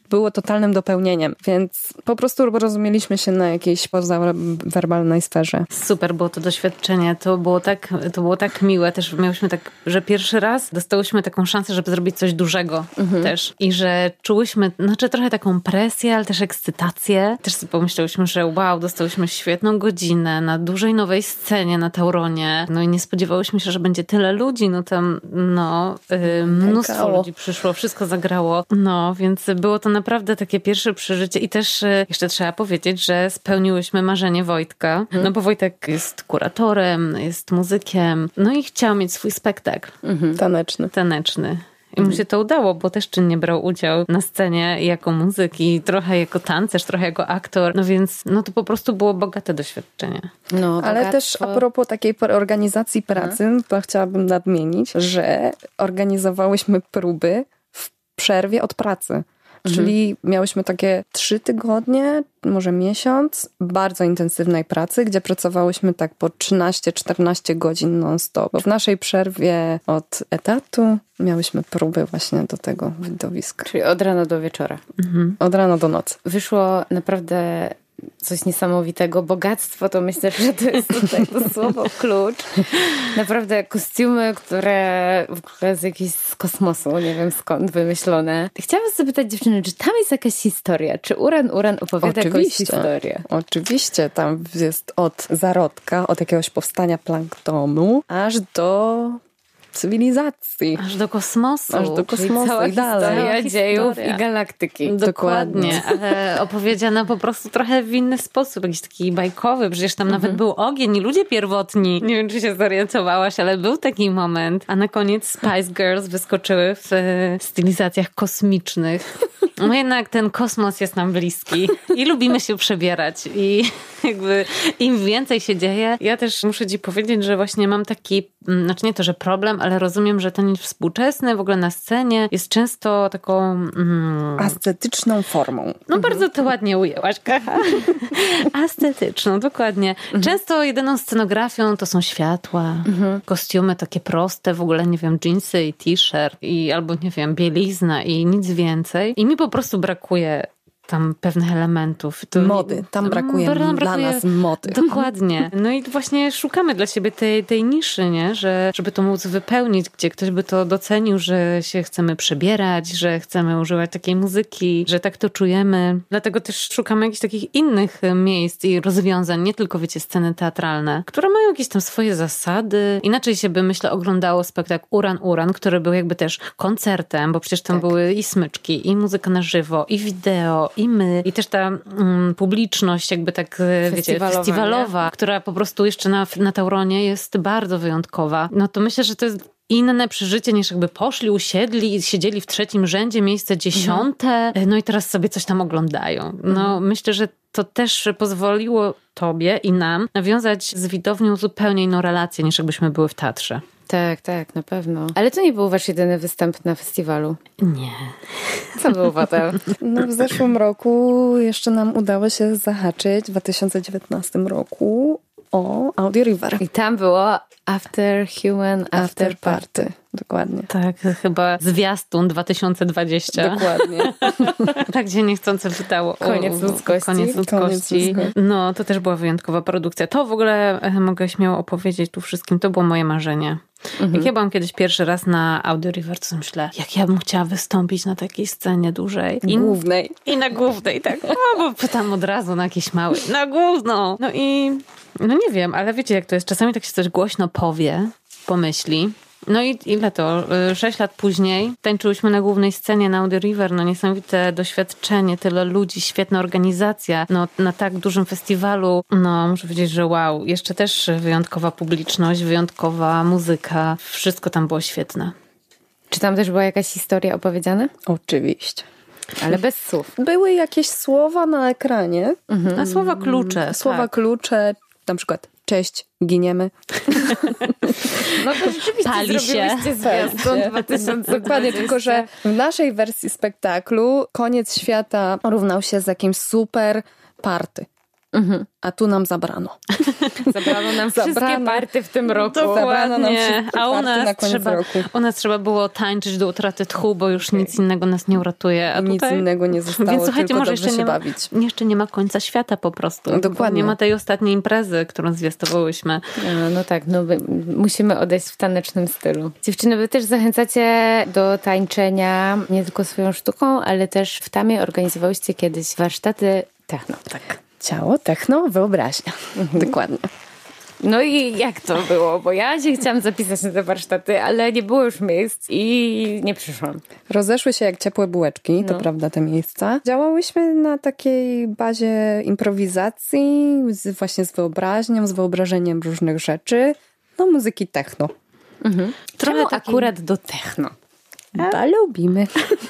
było totalnym dopełnieniem, więc po prostu rozumieliśmy się na jakiejś pozawerbalnej sferze. Super było to doświadczenie, to było tak, to było tak miłe, też miałyśmy tak, że pierwszy raz dostałyśmy taką szansę, żeby zrobić coś dużego mhm. też i że czułyśmy, znaczy trochę taką presję, ale też ekscytację. Też sobie pomyślałyśmy, że wow, dostałyśmy świetną godzinę na dużej nowej scenie na Tauronie, no i nie spodziewałyśmy się, że będzie tyle ludzi, no tam no yy, mnóstwo Zagrało. ludzi przyszło, wszystko zagrało, no więc było to naprawdę takie pierwsze przeżycie i też yy, jeszcze trzeba powiedzieć, że spełniłyśmy marzenie Wojtka, mhm. no bo Wojtek jest kuratorem, jest muzykiem, no i chciał mieć swój spektakl. Mhm. Taneczny. Taneczny. I mu się to udało, bo też czynnie brał udział na scenie jako muzyk i trochę jako tancerz, trochę jako aktor. No więc no to po prostu było bogate doświadczenie. No, ale bogactwo. Też a propos takiej organizacji pracy, hmm. to chciałabym nadmienić, że organizowałyśmy próby w przerwie od pracy. Czyli mhm. miałyśmy takie trzy tygodnie, może miesiąc, bardzo intensywnej pracy, gdzie pracowałyśmy tak po trzynaście czternaście godzin non-stop. Bo w naszej przerwie od etatu miałyśmy próby właśnie do tego widowiska. Czyli od rana do wieczora. Mhm. Od rana do nocy. Wyszło naprawdę coś niesamowitego. Bogactwo to myślę, że to jest tutaj to słowo klucz. Naprawdę kostiumy, które w ogóle z jakiejś z kosmosu, nie wiem skąd wymyślone. Chciałabym zapytać dziewczyny, czy tam jest jakaś historia? Czy Uran Uran opowiada jakąś historię? Oczywiście. Tam jest od zarodka, od jakiegoś powstania planktonu, aż do cywilizacji. Aż do kosmosu. Aż do kosmosu cała i dalej. Historia dziejów i galaktyki. Dokładnie. Ale opowiedziana po prostu trochę w inny sposób. Jakiś taki bajkowy. Przecież tam mhm. nawet był ogień i ludzie pierwotni. Nie wiem, czy się zorientowałaś, ale był taki moment. A na koniec Spice Girls wyskoczyły w stylizacjach kosmicznych. No jednak ten kosmos jest nam bliski i lubimy się przebierać i jakby im więcej się dzieje. Ja też muszę ci powiedzieć, że właśnie mam taki, znaczy nie to, że problem, ale rozumiem, że ten współczesny w ogóle na scenie jest często taką... Mm, ascetyczną formą. No mhm. bardzo to ładnie ujęłaś, Kacha. Ascetyczną, dokładnie. Mhm. Często jedyną scenografią to są światła, mhm. kostiumy takie proste, w ogóle nie wiem, dżinsy i t-shirt i albo nie wiem, bielizna i nic więcej. I mi po prostu brakuje tam pewnych elementów. To mody. Tam brakuje, tam brakuje dla nas mody. Dokładnie. No i właśnie szukamy dla siebie tej, tej niszy, nie? Że, żeby to móc wypełnić, gdzie ktoś by to docenił, że się chcemy przebierać, że chcemy używać takiej muzyki, że tak to czujemy. Dlatego też szukamy jakichś takich innych miejsc i rozwiązań, nie tylko, wiecie, sceny teatralne, które mają jakieś tam swoje zasady. Inaczej się by, myślę, oglądało spektakl Uran Uran, który był jakby też koncertem, bo przecież tam tak. były i smyczki, i muzyka na żywo, i wideo, i my. I też ta mm, publiczność jakby tak, wiecie, festiwalowa, nie? Która po prostu jeszcze na, na Tauronie jest bardzo wyjątkowa. No to myślę, że to jest inne przeżycie niż jakby poszli, usiedli i siedzieli w trzecim rzędzie, miejsce dziesiąte, mhm. no i teraz sobie coś tam oglądają. No mhm. myślę, że to też pozwoliło tobie i nam nawiązać z widownią zupełnie inną relację niż jakbyśmy były w teatrze. Tak, tak, na pewno. Ale to nie był wasz jedyny występ na festiwalu? Nie. Co było potem? No w zeszłym roku jeszcze nam udało się zahaczyć, w dwa tysiące dziewiętnastym roku, o Audio River. I tam było After Human After, After Party. Party. Dokładnie. Tak, chyba zwiastun dwa tysiące dwudziesty. Dokładnie. Tak gdzie niechcące wydało. Koniec ludzkości. Koniec ludzkości. No, to też była wyjątkowa produkcja. To w ogóle mogę śmiało opowiedzieć tu wszystkim. To było moje marzenie. Mhm. Jak ja byłam kiedyś pierwszy raz na Audio River, to myślę, jak ja bym chciała wystąpić na takiej scenie dużej. I, głównej. I na głównej, tak. O, bo pytam od razu na jakieś małe. Na główną. No i, no nie wiem, ale wiecie jak to jest. Czasami tak się coś głośno powie, pomyśli. No i ile to? Sześć lat później tańczyłyśmy na głównej scenie na Audio River. No niesamowite doświadczenie, tyle ludzi, świetna organizacja. No na tak dużym festiwalu, no muszę powiedzieć, że wow. Jeszcze też wyjątkowa publiczność, wyjątkowa muzyka. Wszystko tam było świetne. Czy tam też była jakaś historia opowiedziana? Oczywiście. Ale bez słów. Były jakieś słowa na ekranie. Mhm. A słowa klucze. Słowa tak. klucze, na przykład cześć, giniemy. No to rzeczywiście Pali zrobiłyście zwiastun dwa tysiące. Dokładnie, tylko że w naszej wersji spektaklu koniec świata równał się z jakimś super party. Mhm. A tu nam zabrano. Zabrano nam wszystkie Zabrano. party w tym roku. Zabrano nam wszystkie A u party na nas, koniec trzeba, roku. u nas trzeba było tańczyć do utraty tchu, bo już nic innego nas nie uratuje. A Nic tutaj... innego nie zostało, Więc słuchajcie, tylko może dobrze jeszcze się nie ma, bawić. jeszcze nie ma końca świata po prostu. No, dokładnie. Nie ma tej ostatniej imprezy, którą zwiastowałyśmy. A, no tak, no musimy odejść w tanecznym stylu. Dziewczyny, wy też zachęcacie do tańczenia nie tylko swoją sztuką, ale też w Tamie organizowałyście kiedyś warsztaty techno. Tak. Ciało, techno, wyobraźnia. Mhm. Dokładnie. No i jak to było? Bo ja się chciałam zapisać na te warsztaty, ale nie było już miejsc i nie przyszłam. Rozeszły się jak ciepłe bułeczki, to No. prawda, te miejsca. Działałyśmy na takiej bazie improwizacji, z, właśnie z wyobraźnią, z wyobrażeniem różnych rzeczy. No, muzyki techno. Mhm. Trochę taki- akurat do techno. Ba, lubimy.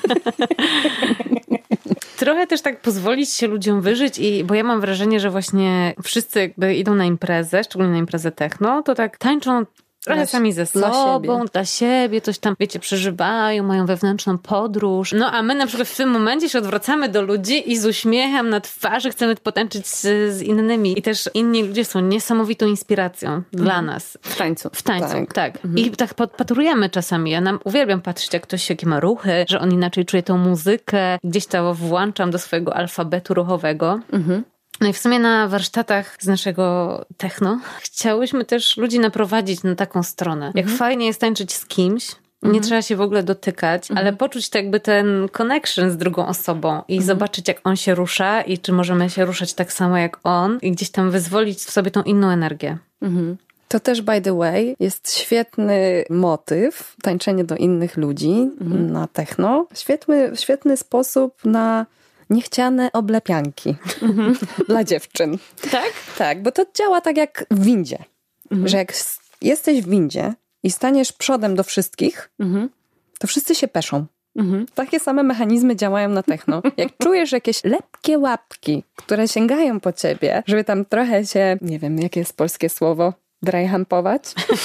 Trochę też tak pozwolić się ludziom wyżyć, i bo ja mam wrażenie, że właśnie wszyscy jakby idą na imprezę, szczególnie na imprezę techno, to tak tańczą trochę Dla- sami ze dla sobą, siebie. dla siebie, coś tam, wiecie, przeżywają, mają wewnętrzną podróż. No a my na przykład w tym momencie się odwracamy do ludzi i z uśmiechem na twarzy chcemy potańczyć z, z innymi. I też inni ludzie są niesamowitą inspiracją dla nas. W tańcu. W tańcu, Tak. tak. I tak podpatrujemy czasami. Ja nam uwielbiam patrzeć, jak ktoś jakie ma ruchy, że on inaczej czuje tą muzykę. Gdzieś to włączam do swojego alfabetu ruchowego. Mhm. No i w sumie na warsztatach z naszego techno chciałyśmy też ludzi naprowadzić na taką stronę. Jak fajnie jest tańczyć z kimś, nie trzeba się w ogóle dotykać, ale poczuć to jakby ten connection z drugą osobą i zobaczyć, jak on się rusza i czy możemy się ruszać tak samo jak on i gdzieś tam wyzwolić w sobie tą inną energię. Mhm. To też, by the way, jest świetny motyw, tańczenie do innych ludzi Mhm. na techno. Świetny, świetny sposób na niechciane oblepianki dla dziewczyn. Tak? Tak, bo to działa tak jak w windzie. Że jak s- jesteś w windzie i staniesz przodem do wszystkich, Mhm. to wszyscy się peszą. Mhm. Takie same mechanizmy działają na techno. Jak czujesz jakieś lepkie łapki, które sięgają po ciebie, żeby tam trochę się, nie wiem, jakie jest polskie słowo, dryhampować,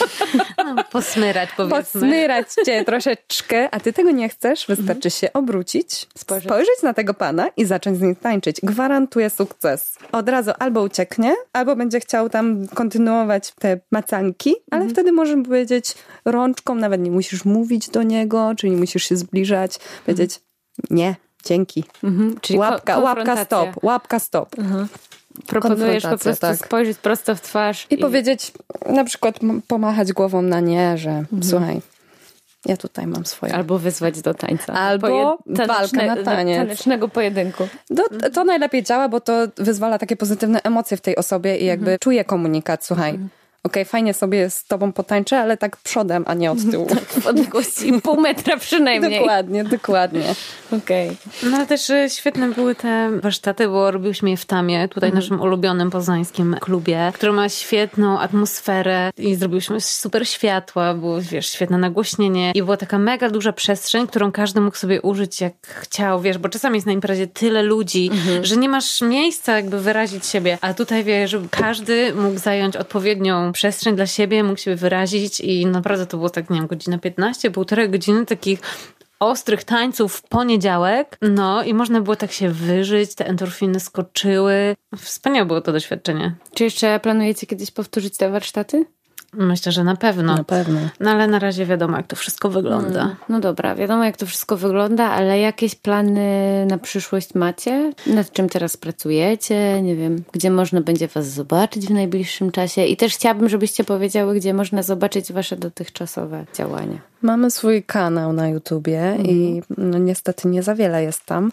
No, posmyrać, powiedzmy. podsmyrać cię troszeczkę, a ty tego nie chcesz, wystarczy się obrócić, Spojrzeć. spojrzeć na tego pana i zacząć z nim tańczyć. Gwarantuję sukces. Od razu albo ucieknie, albo będzie chciał tam kontynuować te macanki, ale wtedy możesz powiedzieć rączką, nawet nie musisz mówić do niego, czyli nie musisz się zbliżać, powiedzieć nie, dzięki. Mhm. Czyli Łapka, ko- łapka konfrontacja. stop, łapka stop. Proponujesz po Konfrontacja, prostu tak. spojrzeć prosto w twarz. I powiedzieć, na przykład m- pomachać głową na nie, że słuchaj, ja tutaj mam swoje. Albo wyzwać do tańca. Albo Poje- walkę na taniec. Tanecznego pojedynku. To, to najlepiej działa, bo to wyzwala takie pozytywne emocje w tej osobie i jakby czuje komunikat, słuchaj, okej, fajnie sobie z tobą potańczę, ale tak przodem, a nie od tyłu. W odległości pół metra przynajmniej. Dokładnie, dokładnie. Okej. No ale też y, świetne były te warsztaty, bo robiłyśmy je w Tamie, tutaj w naszym ulubionym poznańskim klubie, który ma świetną atmosferę i zrobiłyśmy super światła, było, wiesz, świetne nagłośnienie i była taka mega duża przestrzeń, którą każdy mógł sobie użyć jak chciał, wiesz, bo czasami jest na imprezie tyle ludzi, że nie masz miejsca jakby wyrazić siebie, a tutaj, wiesz, żeby każdy mógł zająć odpowiednią przestrzeń dla siebie, mógł się wyrazić i naprawdę to było tak, nie wiem, godzina piętnaście, półtorej godziny takich ostrych tańców w poniedziałek, no i można było tak się wyżyć, te endorfiny skoczyły. Wspaniałe było to doświadczenie. Czy jeszcze planujecie kiedyś powtórzyć te warsztaty? Myślę, że na pewno. Na pewno. No ale na razie wiadomo, jak to wszystko wygląda. Mm, no dobra, wiadomo jak to wszystko wygląda, ale jakieś plany na przyszłość macie? Nad czym teraz pracujecie? Nie wiem, gdzie można będzie was zobaczyć w najbliższym czasie? I też chciałabym, żebyście powiedziały, gdzie można zobaczyć wasze dotychczasowe działania. Mamy swój kanał na YouTubie i no niestety nie za wiele jest tam.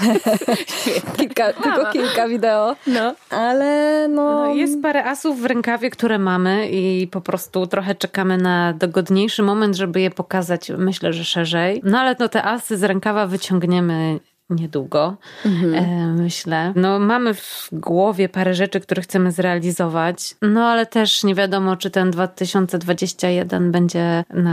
kilka, tylko kilka wideo. No. Ale no... No, jest parę asów w rękawie, które mamy i po prostu trochę czekamy na dogodniejszy moment, żeby je pokazać, myślę, że szerzej. No ale no, te asy z rękawa wyciągniemy niedługo, Mhm. e, myślę. No mamy w głowie parę rzeczy, które chcemy zrealizować, no ale też nie wiadomo, czy ten dwa tysiące dwudziesty pierwszy będzie nam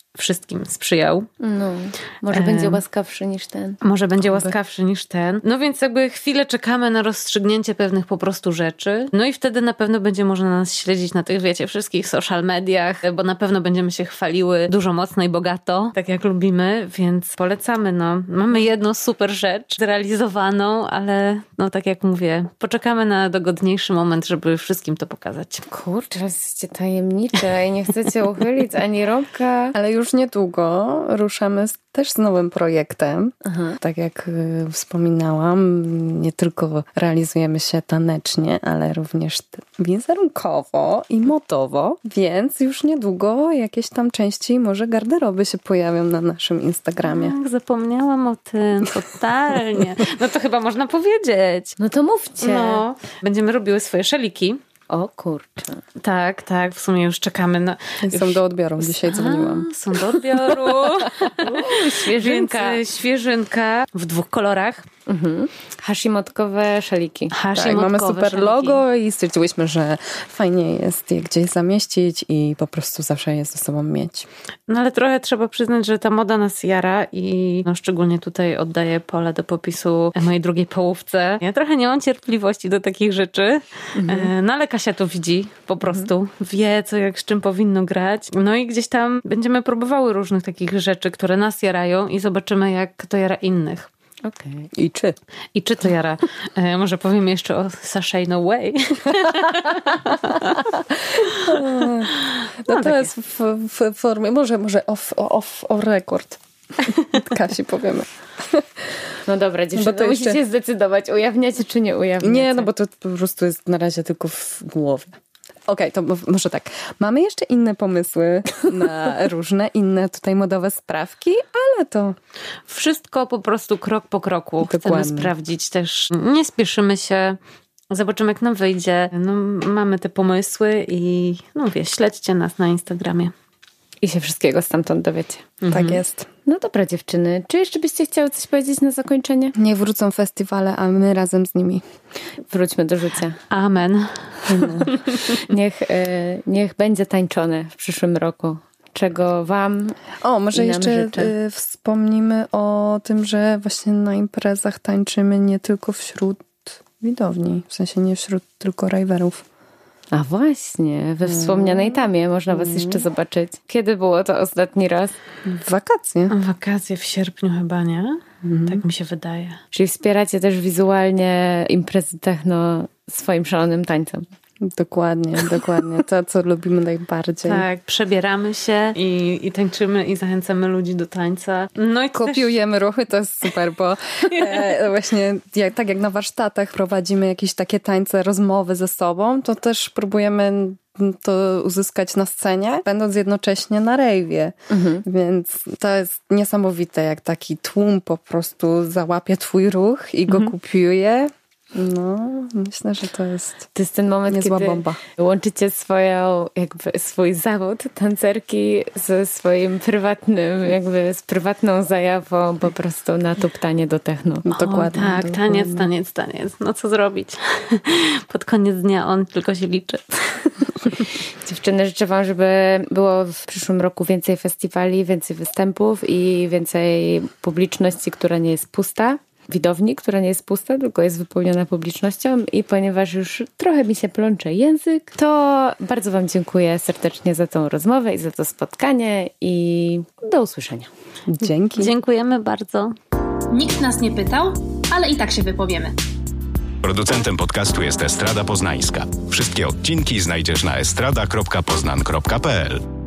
wszystkim sprzyjał. No, może e... będzie łaskawszy niż ten. Może będzie łaskawszy niż ten. No więc jakby chwilę czekamy na rozstrzygnięcie pewnych po prostu rzeczy. No i wtedy na pewno będzie można nas śledzić na tych, wiecie, wszystkich social mediach, bo na pewno będziemy się chwaliły dużo mocno i bogato, tak jak lubimy, więc polecamy, no. Mamy jedną super rzecz zrealizowaną, ale no tak jak mówię, poczekamy na dogodniejszy moment, żeby wszystkim to pokazać. Kurczę, jesteście tajemnicze i nie chcecie uchylić ani rąbka. Ale już niedługo ruszamy z, też z nowym projektem. Aha. Tak jak y, wspominałam, nie tylko realizujemy się tanecznie, ale również wizerunkowo i modowo, więc już niedługo jakieś tam części może garderoby się pojawią na naszym Instagramie. Tak, zapomniałam o tym, totalnie. No to chyba można powiedzieć. No to mówcie. No, będziemy robiły swoje szaliki. O kurczę. Tak, tak, w sumie już czekamy na... Są już... do odbioru, dzisiaj dzwoniłam. A, są do odbioru. U, świeżynka. Więc świeżynka w dwóch kolorach. Mhm. Hashimotkowe szaliki. Hashimotkowe tak, mamy super szaliki. logo i stwierdziłyśmy, że fajnie jest je gdzieś zamieścić i po prostu zawsze je ze sobą mieć. No ale trochę trzeba przyznać, że ta moda nas jara i no, szczególnie tutaj oddaję pole do popisu mojej drugiej połówce. Ja trochę nie mam cierpliwości do takich rzeczy, mhm. no ale Kasia to widzi po prostu. Mhm. Wie, co jak z czym powinno grać. No i gdzieś tam będziemy próbowały różnych takich rzeczy, które nas jarają i zobaczymy, jak to jara innych. Okej. Okay. I czy? I czy to jara? E, może powiem jeszcze o Sashay No Way. no, no to jest w, w formie, może, może off, off, off record. Kasi powiemy. No dobra, dziewczyny, to musicie jeszcze... zdecydować, ujawniacie czy nie ujawniacie. Nie, no bo to po prostu jest na razie tylko w głowie. Okej, okay, to może tak. Mamy jeszcze inne pomysły na różne inne tutaj modowe sprawki, ale to... Wszystko po prostu krok po kroku. Dokładnie. Chcemy sprawdzić też. Nie spieszymy się. Zobaczymy, jak nam wyjdzie. No, mamy te pomysły i no wiesz, śledźcie nas na Instagramie. I się wszystkiego stamtąd dowiecie. Mhm. Tak jest. No dobra, dziewczyny. Czy jeszcze byście chciały coś powiedzieć na zakończenie? Niech wrócą festiwale, a my razem z nimi. Wróćmy do życia. Amen. niech, niech będzie tańczone w przyszłym roku. Czego wam O, może jeszcze życzę. Wspomnimy o tym, że właśnie na imprezach tańczymy nie tylko wśród widowni. W sensie nie wśród tylko rajwerów. A właśnie, we wspomnianej Tamie można was jeszcze zobaczyć. Kiedy było to ostatni raz? W wakacje. W wakacje w sierpniu chyba, nie? Mm. Tak mi się wydaje. Czyli wspieracie też wizualnie imprezy techno swoim szalonym tańcem. Dokładnie, dokładnie. To, co lubimy najbardziej. Tak, przebieramy się i, i tańczymy i zachęcamy ludzi do tańca. No i kopiujemy też... ruchy, to jest super, bo e, właśnie jak, tak jak na warsztatach prowadzimy jakieś takie tańce, rozmowy ze sobą, to też próbujemy to uzyskać na scenie, będąc jednocześnie na rejwie. Mhm. Więc to jest niesamowite, jak taki tłum po prostu załapie twój ruch i go mhm. kopiuje. No, myślę, że to jest To jest ten moment, niezła kiedy bomba. łączycie swoją, jakby swój zawód tancerki ze swoim prywatnym, jakby z prywatną zajawą po prostu na tuptanie do techno. O, dokładnie. Tak, dokładnie. taniec, taniec, taniec. No co zrobić? Pod koniec dnia on tylko się liczy. Dziewczyny, życzę wam, żeby było w przyszłym roku więcej festiwali, więcej występów i więcej publiczności, która nie jest pusta. Widowni, która nie jest pusta, tylko jest wypełniona publicznością i ponieważ już trochę mi się plącze język, to bardzo wam dziękuję serdecznie za tą rozmowę i za to spotkanie i do usłyszenia. Dzięki. Dziękujemy bardzo. Nikt nas nie pytał, ale i tak się wypowiemy. Producentem podcastu jest Estrada Poznańska. Wszystkie odcinki znajdziesz na estrada kropka poznan kropka p l.